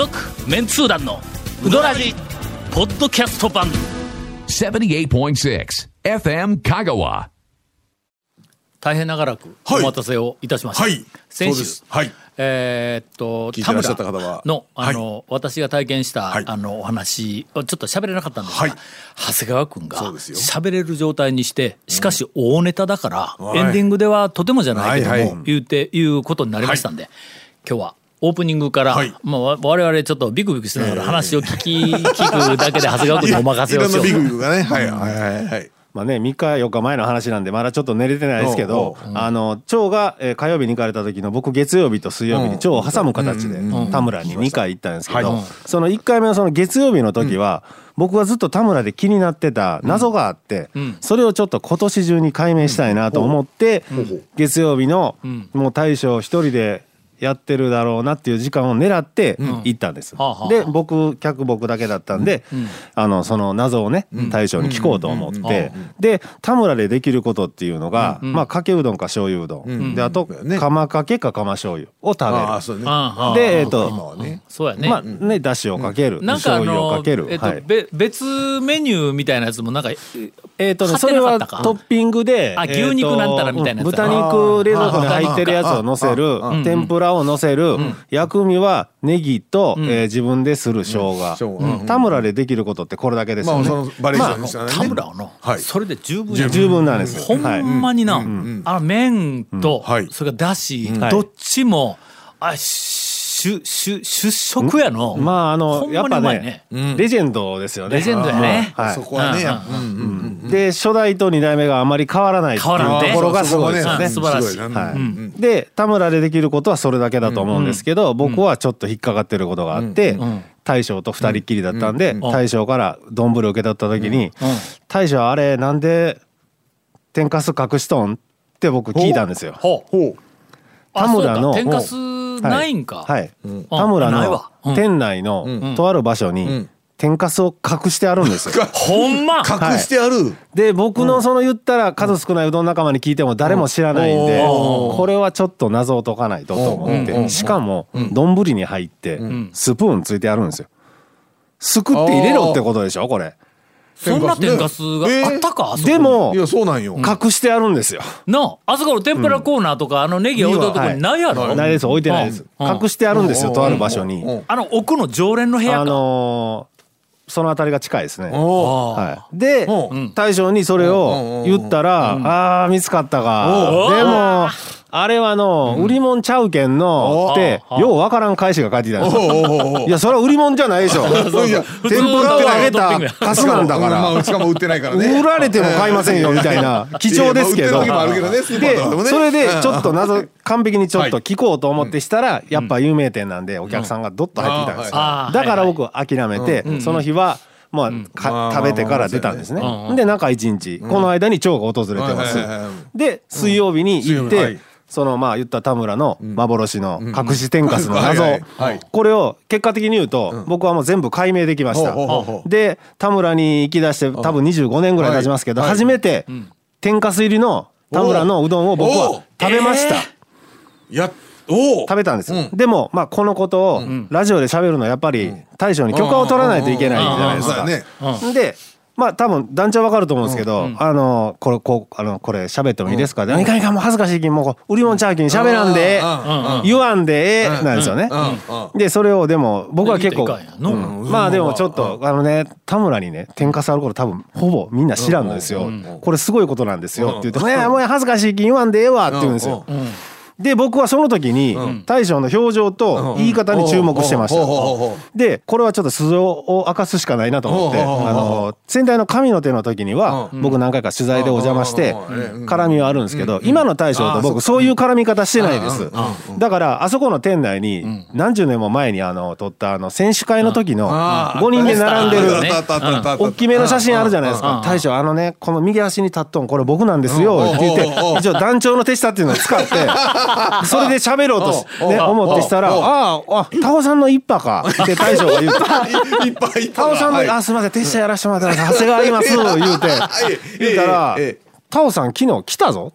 続メンツー団のウドラジポッドキャスト版 78.6 FM 香川。 大変長らくお待たせをいたしました、 はい、 先週そうです、はい、聞いてらっしゃった方はの、 はい、 私が体験した、 はい、 お話をちょっと喋れなかったんですが、はい、長谷川君が喋れる状態にしてしかし大ネタだから、エンディングではとてもじゃないけども、はいはい、いうことになりましたんで、はい、今日はオープニングから、はい、我々ちょっとビクビクしながら話を聞くだけで長谷川君にお任せをしよう。 いろんなビクビクがね、はいはいはいはい。 まあね、3日4日前の話なんでまだちょっと寝れてないですけど、長が火曜日に行かれた時の僕月曜日と水曜日に長を挟む形で田村に2回行ったんですけど、その1回目のその月曜日の時は僕はずっと田村で気になってた謎があって、それをちょっと今年中に解明したいなと思って月曜日のもう大将一人でやってるだろうなっていう時間を狙って行ったんです、で客僕だけだったんで、その謎をね大将に聞こうと思って、で田村でできることっていうのが、まあかけうどんか醤油うどん、であと釜かけか釜醤油を食べる、でそうやね、 まあねだしをかける、醤油をかける、 別メニューみたいなやつもなんかそれはトッピングで牛肉なんたらみたいなやつ、 豚肉冷蔵庫に入ってるやつを乗せる、天ぷらを乗せる、薬味はネギと自分でする生姜、田村でできることってこれだけですよね。 そのバリエーションですよね。 田村のそれで十分なんです。 ほんまにな、麺とそれからだしどっちも主食やの。 まあやっぱねレジェンドですよね。 レジェンドやね。 そこはね。 で初代と2代目があまり変わらないっていうところがすごいですね。 素晴らしい。 で田村でできることはそれだけだと思うんですけど、僕はちょっと引っかかってることがあって、大将と2人っきりだったんで、大将から丼を受け取った時に「大将あれなんで天かす隠しとん?」って僕聞いたんですよ。田村の天かすないんか。 田村の店内のとある場所に天かすを隠してあるんですよ。 ほんま隠してある。 で僕のその言ったら数少ないうどん仲間に聞いても誰も知らないんで、これはちょっと謎を解かないとと思って、しかも丼に入ってスプーンついてあるんですよ。すくって入れろってことでしょこれ。 そんな天かすがあったか。 でもいやそうなんよ、 隠してあるんですよ。 あそこの天ぷらコーナーとかネギ置いとるとこにないやろ。 ないです、置いてないです。隠してあるんですよとある場所に。 奥の常連の部屋か。 その辺りが近いですね。で大将にそれを言ったら「あー見つかったか。でもあれは売り物ちゃうけんの」ってようわからん返しが返ってきたんですよ。いやそれは売り物じゃないでしょ。天ぷらを揚げたカスなんだから、 しかも売ってないからね。 売られても買いませんよみたいな貴重ですけど。でそれでちょっと謎完璧にちょっと聞こうと思ってしたら、やっぱ有名店なんでお客さんがどっと入ってきたんですよ。だから僕諦めてその日はまあ食べてから出たんですね。で中1日この間に長が訪れてます。で水曜日に行ってそのまあ言った田村の幻の隠し天かすの謎、これを結果的に言うと僕はもう全部解明できました。で田村に行き出して多分25年ぐらい経ちますけど、初めて天かす入りの田村のうどんを僕は食べました。食べたんです。でもまあこのことをラジオで喋るのはやっぱり大将に許可を取らないといけないじゃないですか。でまあ多分団長わかると思うんですけど、これ喋ってもいいですか。いかんもう恥ずかしいきもう売り物ちゃうきに喋らんで言わんでなんですよね。でそれをでも僕は結構まあでもちょっと田村にね天かすある頃多分ほぼみんな知らんのですよ。これすごいことなんですよって言ってももう恥ずかしいき言わんでええわって言うんですよ。で僕はその時に大将の表情と言い方に注目してました。でこれはちょっと素性を明かすしかないなと思って、先代の神の手の時には僕何回か取材でお邪魔して絡みはあるんですけど、今の大将と僕そういう絡み方してないです。だからあそこの店内に何十年も前に撮った選手会の時の5人で並んでる大きめの写真あるじゃないですか。大将この右足に立っとんこれ僕なんですよって言って一応団長の手下っていうのを使ってそれで喋ろうと思ってしたら「タオさんの一派か」って大将が言って「タオさんのすいません手下やらしてもらって長谷川います」言うて言ったら「タオさん昨日来たぞ」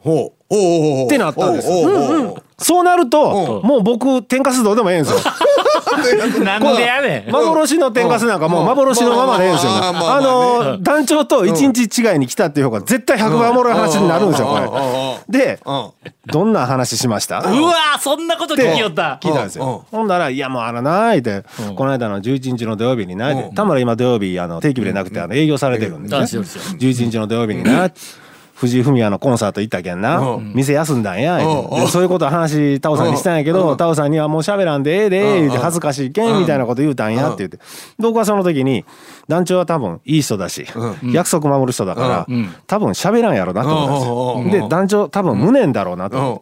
ってなったんです。そうなるともう僕天かすどうでもええんですよ。 なんでやねん。 幻の天かすなんかもう幻のままでええんですよ。団長と1日違いに来たっていう方が絶対100倍おもろい話になるんですよこれ。でどんな話しました？ うわそんなこと聞きよった。 聞いたんですよ。ほんならいやもうないでこの間の11日の土曜日にないで田村今土曜日定期日でなくて営業されてるんですね。11日の土曜日にな藤井フミヤのコンサート行ったけんな店休んだんやそういうこと話タオさんにしたんやけどタオさんにはもう喋らんでええで言うて恥ずかしいけんみたいなこと言うたんやって言って僕はその時に団長は多分いい人だし約束守る人だから多分喋らんやろなと思ったんですよ。で団長多分無念だろうなと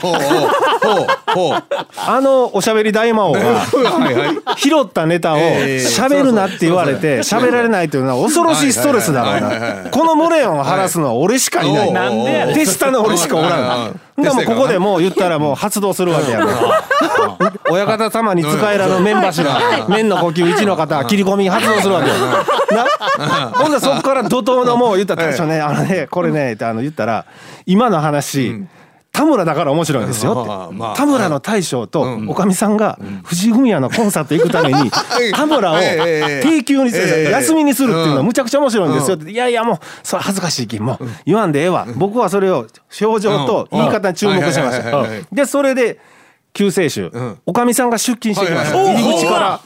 おしゃべり大魔王が拾ったネタを喋るなって言われて喋られないというのは恐ろしいストレスだろうな。この無念を晴らすのは俺しかいない。 なんでやねん。 手下の俺しかおらん。でもここでもう言ったらもう発動するわけやろ。親方様に使えらの麺柱麺の呼吸1の方切り込み発動するわけよ。ほんでそこから怒涛のもう言ったら最初ねこれねって言ったら今の話田村だから面白いんですよって田村の大将とおかみさんが藤井フミヤのコンサート行くために田村を定休にする休みにするっていうのはむちゃくちゃ面白いんですよって。いやいやもうそれ恥ずかしいきもう言わんでええわ。僕はそれを表情と言い方に注目しました。でそれで救世主おかみさんが出勤してきました。入り口から。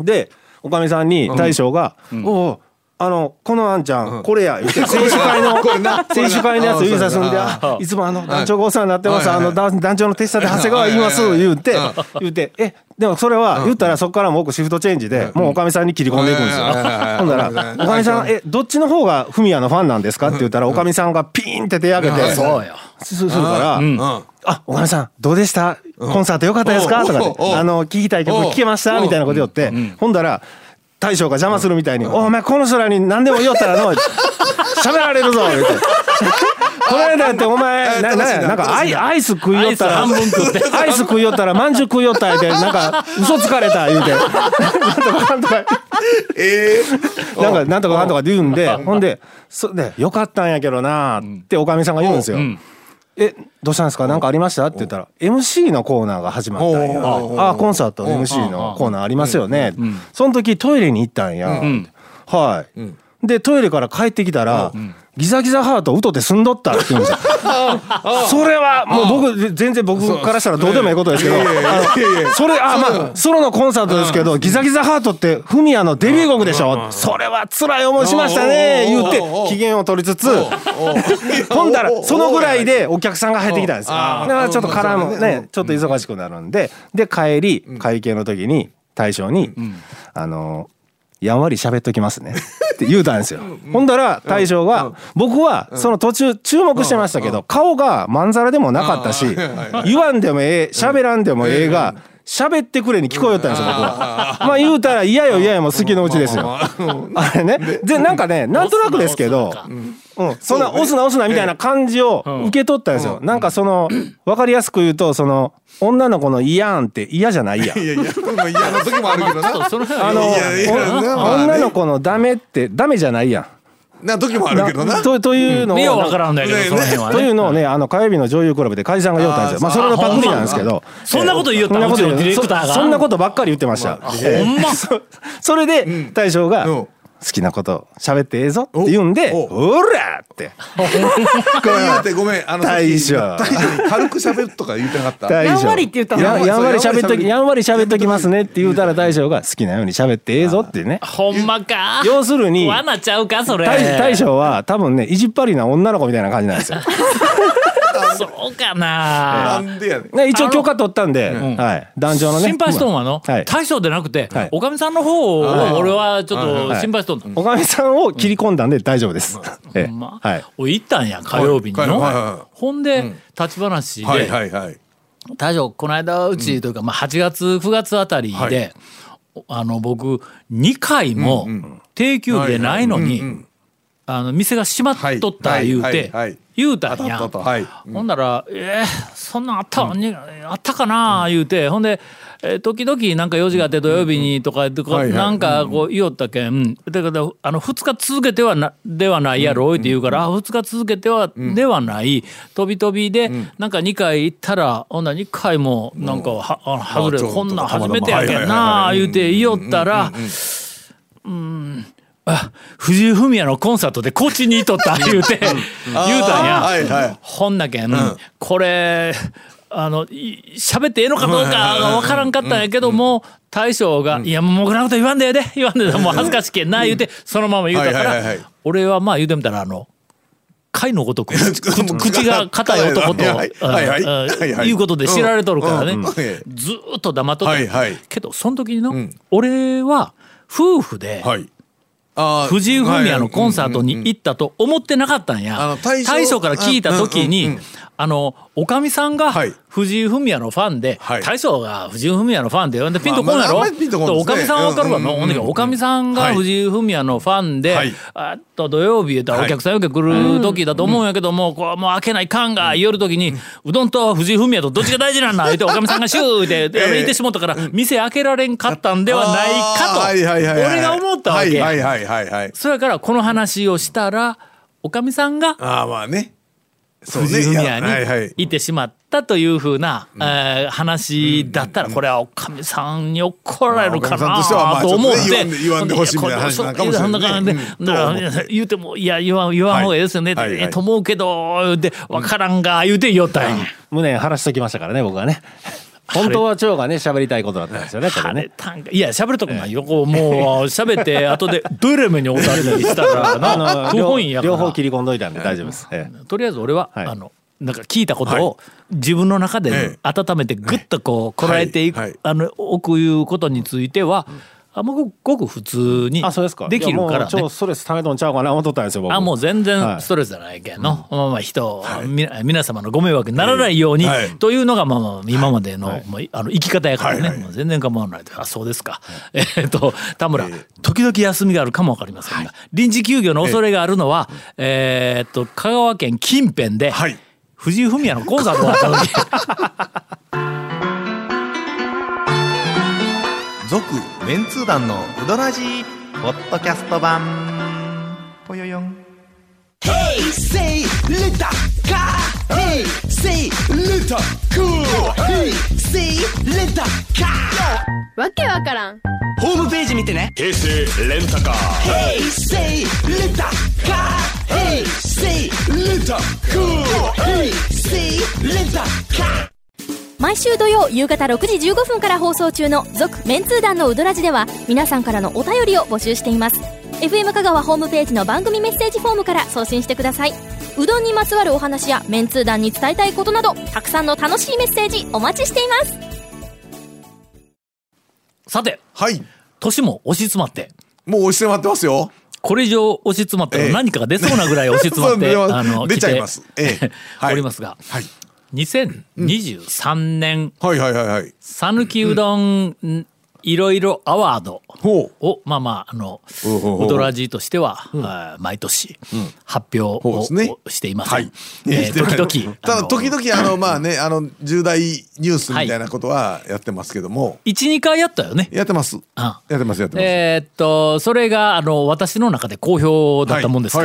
でおかみさんに大将がおこのあんちゃんこれや言って選手会のやつ指さすんでいつも団長がお世話になってます団長の手下で長谷川言います言ってでもそれは言ったらそこからも僕シフトチェンジでもうおかみさんに切り込んでいくんですよ。ほんならおかみさんどっちの方がフミヤのファンなんですかって言ったらおかみさんがピーンって手挙げてそうよするからおかみさんどうでしたコンサート良かったですかとかで聞きたい曲聞けましたみたいなこと言ってほんだら大将が邪魔するみたいにお前この人らに何でも言おったらの喋られるぞ言ってこの間ってお前なんかアイス食いよったらアイス食いよったらまんじゅう食いよったってなんか嘘つかれた言うてなんとかなんとかって言うんでほんでよかったんやけどなっておかみさんが言うんですよ。どうしたんですか何かありましたって言ったら MC のコーナーが始まったんや。コンサート MC のコーナーありますよね。その時トイレに行ったんや。はいでトイレから帰ってきたらギザギザハートうとって済んどったって言うんですよ。それはもう全然僕からしたらどうでもいいことですけどそれソロのコンサートですけどギザギザハートってフミヤのデビュー曲でしょ。それは辛い思いしましたね言って機嫌を取りつつほんだらそのぐらいでお客さんが入ってきたんですよ。だからちょっと絡むねちょっと忙しくなるんで会計の時に大将にやんわり喋っときますねって言うたんですよ。ほんだら大将が僕はその途中注目してましたけど顔がまんざらでもなかったし言わんでもええ喋らんでもええが喋ってくれに聞こえよったんですよ僕は。言うたら嫌よも好きのうちですよあれね。でなんかねなんとなくですけどそんな押すなみたいな感じを受け取ったんですよ。なんか分かりやすく言うと女の子の嫌んって嫌じゃないやん。 嫌な時もあるけどな。 女の子のダメってダメじゃないやん。 な時もあるけどな。 というのを分からんだけどその辺はね。 というのをね火曜日の女優クラブで梶さんが言おったんですよ。それのパクリなんですけど。 そんなこと言おったうちのディレクターが。 そんなことばっかり言ってました。 ほんま。 それで大将が好きなこと喋ってええぞって言うんでおらって言うてごめん大将に軽く喋るとか言ってなかった。 やんわりって言ったの。 やんわり喋っときますねって言うたら大将が好きなように喋ってええぞってね。 ほんまか。 要するに罠ちゃうかそれ。 大将は多分ね意地っ張りな女の子みたいな感じなんですよ。 そうかな。 なんでやねん。一応許可取ったんで団長のね心配しとんは大将でなくておかみさんの方を俺はちょっと心配しとんの。 おかみさんを切り込んだんで大丈夫です。 行ったんや火曜日にの。ほんで立ち話で大将この間うちというか8月9月あたりで僕2回も定休日でないのに店が閉まっとった言うて言うたんや。ほんならそんなんあったかな言うて、ほんで時々なんか用事があって土曜日にとかなんかこう言おったけん、だから2日続けてではないやろって言うから、2日続けてではない飛び飛びでなんか2回行ったら、ほんなら2回もなんか外れこんなん初めてやけんな言うて言おったら、藤井フミヤのコンサートで高知にいとった言うて言うたんや。ほんなけんこれ喋ってええのかどうかが分からんかったんやけども、大将が「いやもう僕のこと言わんでええで言わんでええでもう恥ずかしけんな」言うてそのまま言うたから、俺はまあ言うてみたら貝のごとく口が硬い男ということで知られとるからね、ずっと黙っとったけど、その時にの俺は夫婦で藤井フミヤのコンサートに行ったと思ってなかったんや。大将から聞いた時におかみさんが藤井フミヤのファンで、大将が藤井フミヤのファンでピンとこんやろ。おかみさんは分かるわの。おかみさんが藤井フミヤのファンで、土曜日言ったらお客さんよく来る時だと思うんやけども、もう開けないかんが夜時にうどんと藤井フミヤとどっちが大事なんだ言っておかみさんがシューで言ってしもったから店開けられんかったんではないかと俺が思ったわけ。それからこの話をしたらおかみさんが藤井フミヤに行ってしまったというふうな話だったら、これはおかみさんに怒られるかなと思って、 言わんでほしいみたいな話なんかもしれない言うてもいや言わん方がいいですよねと思うけどで分からんが言うて言おったんや。 胸晴らしときましたからね僕はね。本当は長がね喋りたいことだったんですよねこれね。 いや喋るとこないよ。もう喋って後でどれ目におたりしたら不本意やから両方切り込んどいたんで大丈夫です。 とりあえず俺はなんか聞いたことを自分の中で温めてグッとこうこらえていく置くいうことについてはごく普通にできるからね。 超ストレスためとんちゃうかな思っとったんですよ僕。 もう全然ストレスじゃないけんの、皆様のご迷惑にならないようにというのが今までの生き方やからね、もう全然構わないと。そうですか。田村時々休みがあるかも分かりませんが、臨時休業の恐れがあるのは香川県近辺で藤井フミヤのコンサートがあった時続メンツー団のウドラジーポッドキャスト版ぽよよん。 Hey, say, let that car. Hey, say, let that cool. Hey, say, let that car. わけわからん。 ホームページ見てね。 平成レンタカー。 Hey, say, let that car. Hey, say, let that cool. Hey, say, let that car. 毎週土曜夕方6時15分から放送中の続メンツー団のウドラジでは皆さんからのお便りを募集しています。 FM 香川ホームページの番組メッセージフォームから送信してください。うどんにまつわるお話やメンツー団に伝えたいことなどたくさんの楽しいメッセージお待ちしています。 さて、年も押し詰まってもう押し詰まってますよ。 これ以上押し詰まったら何かが出そうなぐらい押し詰まって出ちゃいます、 おりますが、2023年讃岐うどんいろいろアワードをウドラジとしては毎年発表をしています。時々 ただ時々重大ニュースみたいなことはやってますけども、 1、2回やったよね。 やってます。 それが私の中で好評だったもんですから。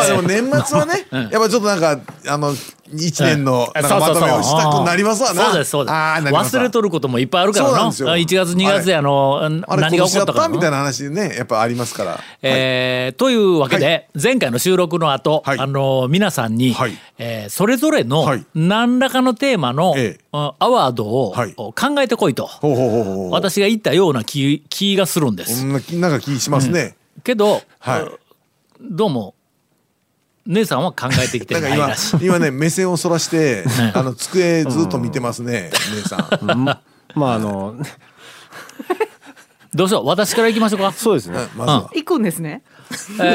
でも年末はねやっぱちょっとなんか1年のまとめをしたくなりますわな。 そうです。忘れとることもいっぱいあるからな。1月2月や何が起こったかみたいな話ねやっぱありますから。 というわけで前回の収録の後皆さんにそれぞれの何らかのテーマのアワードを考えてこいと私が言ったような気がするんです。 なんか気しますね。 けどどうも姉さんは考えてきてないらしい。 今ね目線をそらして机ずっと見てますね姉さん。 どうしよう私から行きましょうか。 そうですね。 行くんですね。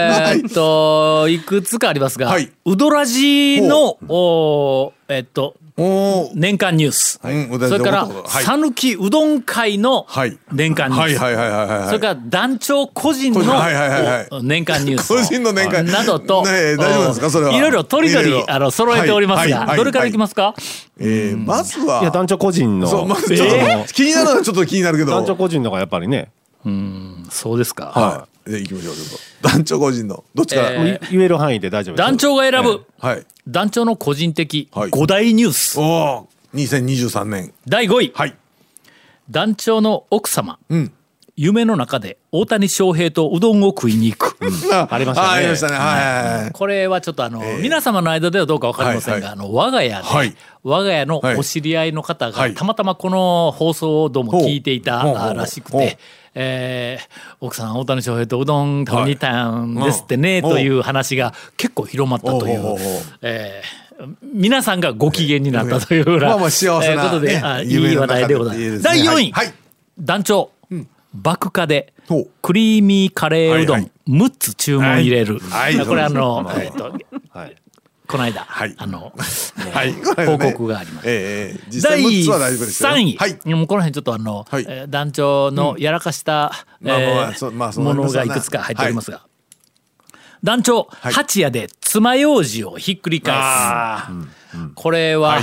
いくつかありますが、うどらじの年間ニュース、それから讃岐うどん会の年間ニュース、それから団長個人の年間ニュース個人の年間などと、 大丈夫ですかそれは。 いろいろとりどり揃えておりますが、どれからいきますか？ まずは、 いや団長個人の、 そうまずちょっと気になるのはちょっと気になるけど、 団長個人のがやっぱりね。 そうですか。 はい。で行きましょう。団長個人のどっちから言える範囲で大丈夫です。 団長が選ぶ団長の個人的5大ニュース。 お2023年第5位。団長の奥様。夢の中で大谷翔平とうどんを食いに行く。 ありましたね。 ありましたね。はい。 これはちょっと皆様の間ではどうかわかりませんが、我が家のお知り合いの方がたまたまこの放送をどうも聞いていたらしくて、奥さん大谷翔平とうどん食べに行ったんですってねという話が結構広まったという、皆さんがご機嫌になったという幸せなことで、いい話題でございます。第4位、団長爆化でクリーミーカレーうどん6つ注文入れる。これこの間報告があります。第3位、もうこの辺ちょっと団長のやらかしたものがいくつか入っておりますが、団長八谷で爪楊枝をひっくり返す。これは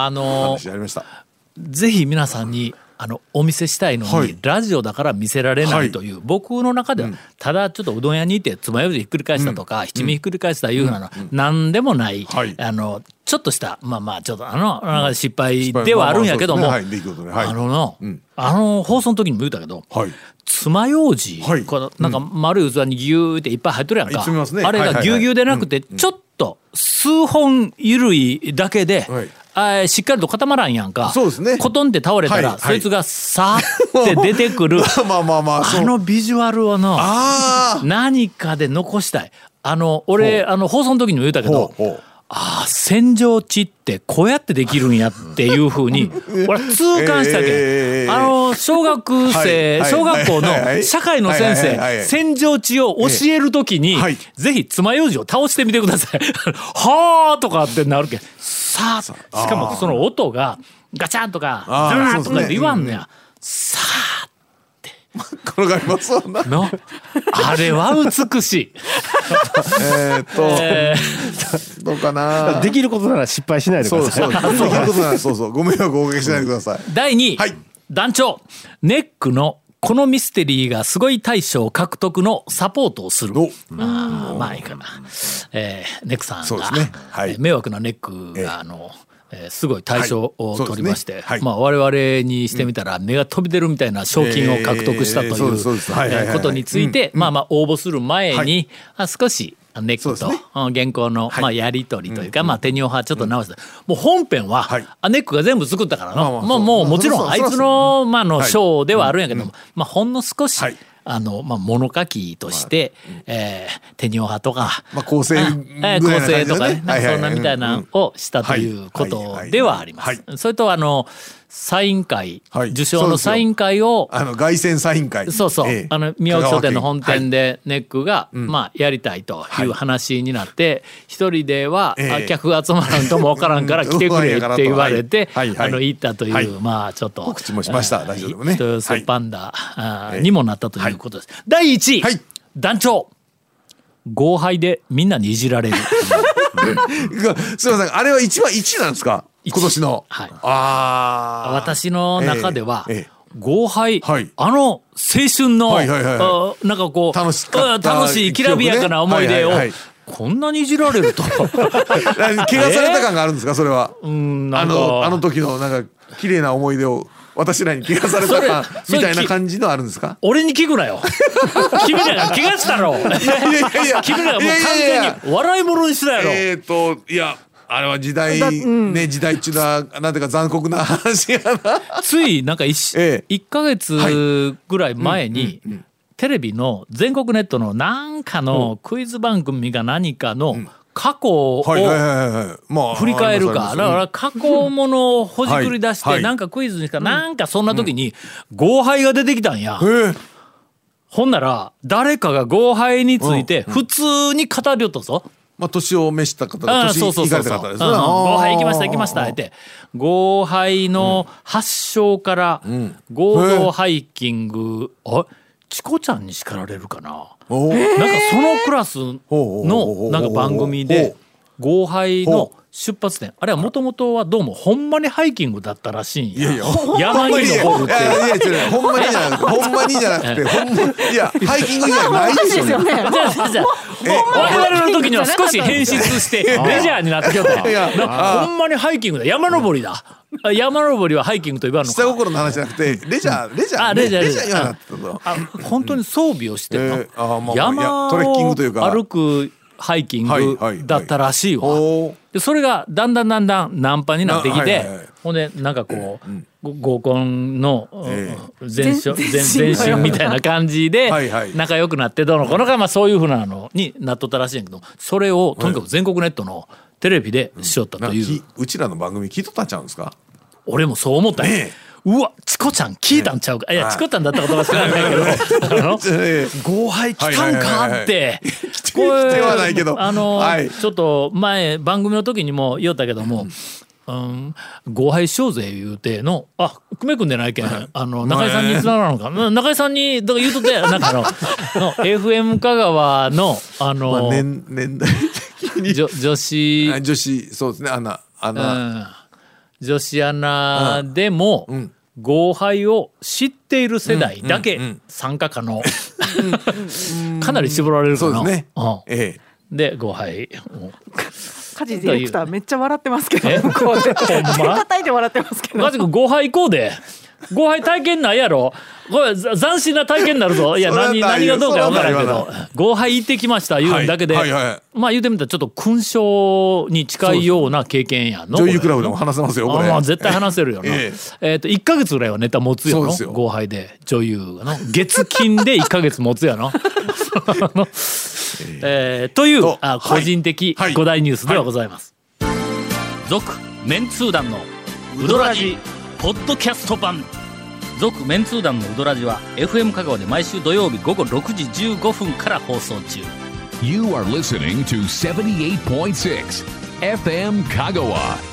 ぜひ皆さんにお見せしたいのに、ラジオだから見せられないという、僕の中ではただちょっとうどん屋にいて爪楊枝ひっくり返したとか、七味ひっくり返したいうふうなのなんでもない、ちょっとしたちょっと失敗ではあるんやけども、放送の時にも言ったけど、爪楊枝、このなんか丸い器にギューっていっぱい入っとるやんか、あれがぎゅうぎゅうでなくてちょっと数本緩いだけで、しっかりと固まらんやんか。コトンって倒れたら、そいつがさーって出てくるビジュアルを何かで残したい。俺放送の時にも言ったけど、扇状地ってこうやってできるんやっていうふうに俺痛感したけん。小学校の社会の先生、扇状地を教える時にぜひ爪楊枝を倒してみてください。はーとかってなるけん、さあ、しかもその音がガチャンとかザーッとかって言わんのや。さあ転がりますわなのあれは美しい。 どうかな。 できることなら失敗しないでください。 できることならご迷惑をおかけしないでください。 第2位、団長ネックのこのミステリーがすごい大賞獲得のサポートをする。まあいいかな。ネックさんが、迷惑なネックがすごい大賞を取りまして、我々にしてみたら目が飛び出るみたいな賞金を獲得したということについて応募する前に少しネックと原稿のやり取りというか手におはちょっと直して、もう本編はネックが全部作ったからの、もちろんあいつの賞ではあるんやけども、ほんの少し物書きとして、手におはとか、 構成とかね、そんなみたいなのをしたということではあります。それとサイン会、受賞のサイン会を凱旋サイン会、 宮脇書店の本店でネックがやりたいという話になって、一人では客が集まらんともわからんから来てくれって言われて行ったという、ちょっと告知もしましたラジオでもね、 人寄せパンダにもなったということです。第1位、団長豪敗でみんなにいじられる。 すみません、あれは一番1位なんですか今年の。 私の中では豪敗、青春のなんかこう楽しいきらびやかな思い出をこんなにいじられると怪我された感があるんですかそれは。あの時のなんか綺麗な思い出を私らに怪我されたかみたいな感じのあるんですか。 俺に聞くなよ。君らが怪我したろ。君らがもう完全に笑い物にしたやろ。 いやあれは時代ね、時代中ななんていうか残酷な話やな。 ついなんか1ヶ月ぐらい前にテレビの全国ネットのなんかのクイズ番組が何かの過去を振り返るか、だから過去ものをほじくり出してなんかクイズにかなんかそんな時に豪敗が出てきたんや。ほんなら誰かが豪敗について普通に語りよったぞ。 まあ年を召した方が年行かれた方ですね。 豪杯行きました行きましたって豪杯の発祥から合同ハイキング、チコちゃんに叱られるかな、なんかそのクラスのなんか番組で豪杯の出発点あれはもともとはどうもほんまにハイキングだったらしいんや。山に登るってほんまにじゃなくてほんまにじゃなくていやハイキング以外ないですよね。 じゃあ我々の時には少し変質してレジャーになってきたからほんまにハイキングだ山登りだ。山登りはハイキングと言わんのか。 下心の話じゃなくてレジャーにはなってたぞ。 本当に装備をしての山を歩くハイキングだったらしいわ。でそれがだんだんナンパになってきて、ほんでなんかこう合コンの前身みたいな感じで仲良くなってどうのこのか、まあそういうふうなのになっとったらしいんやけど、それをとにかく全国ネットのテレビでしよったという。 うちらの番組聞いとったんちゃうんですか。 俺もそう思ったよ。うわチコちゃん聞いたんちゃうか、いやチコちゃんだったことは知らないけど豪杯来たんかって来てはないけどちょっと前番組の時にも言ったけども、豪杯しようぜ言うての久米君でないけん中井さんにつながるのか、中井さんにとか言うとってなんかのFM 香川の年代的に女子そうですね女子アナでも豪杯を知っている世代だけ参加可能かなり絞られるかな。 そうですね。 で豪杯梶ディレクターめっちゃ笑ってますけど向こうで叩いて笑ってますけど、 マジか豪杯行こうで。豪杯体験ないやろこれ斬新な体験になるぞ。いや何がどうか分からんけど豪杯行ってきました言うんだけで、まあ言うてみたらちょっと勲章に近いような経験やの。 女優クラブでも話せますよこれ。 絶対話せるよな。1ヶ月ぐらいはネタ持つよの豪杯で女優がの月金で1ヶ月持つやのという個人的5大ニュースではございます。続メンツー団のウドラジポッドキャスト版。続メンツー団のウドラジは FM 香川で毎週土曜日午後6時15分から放送中。 You are listening to 78.6 FM 香川。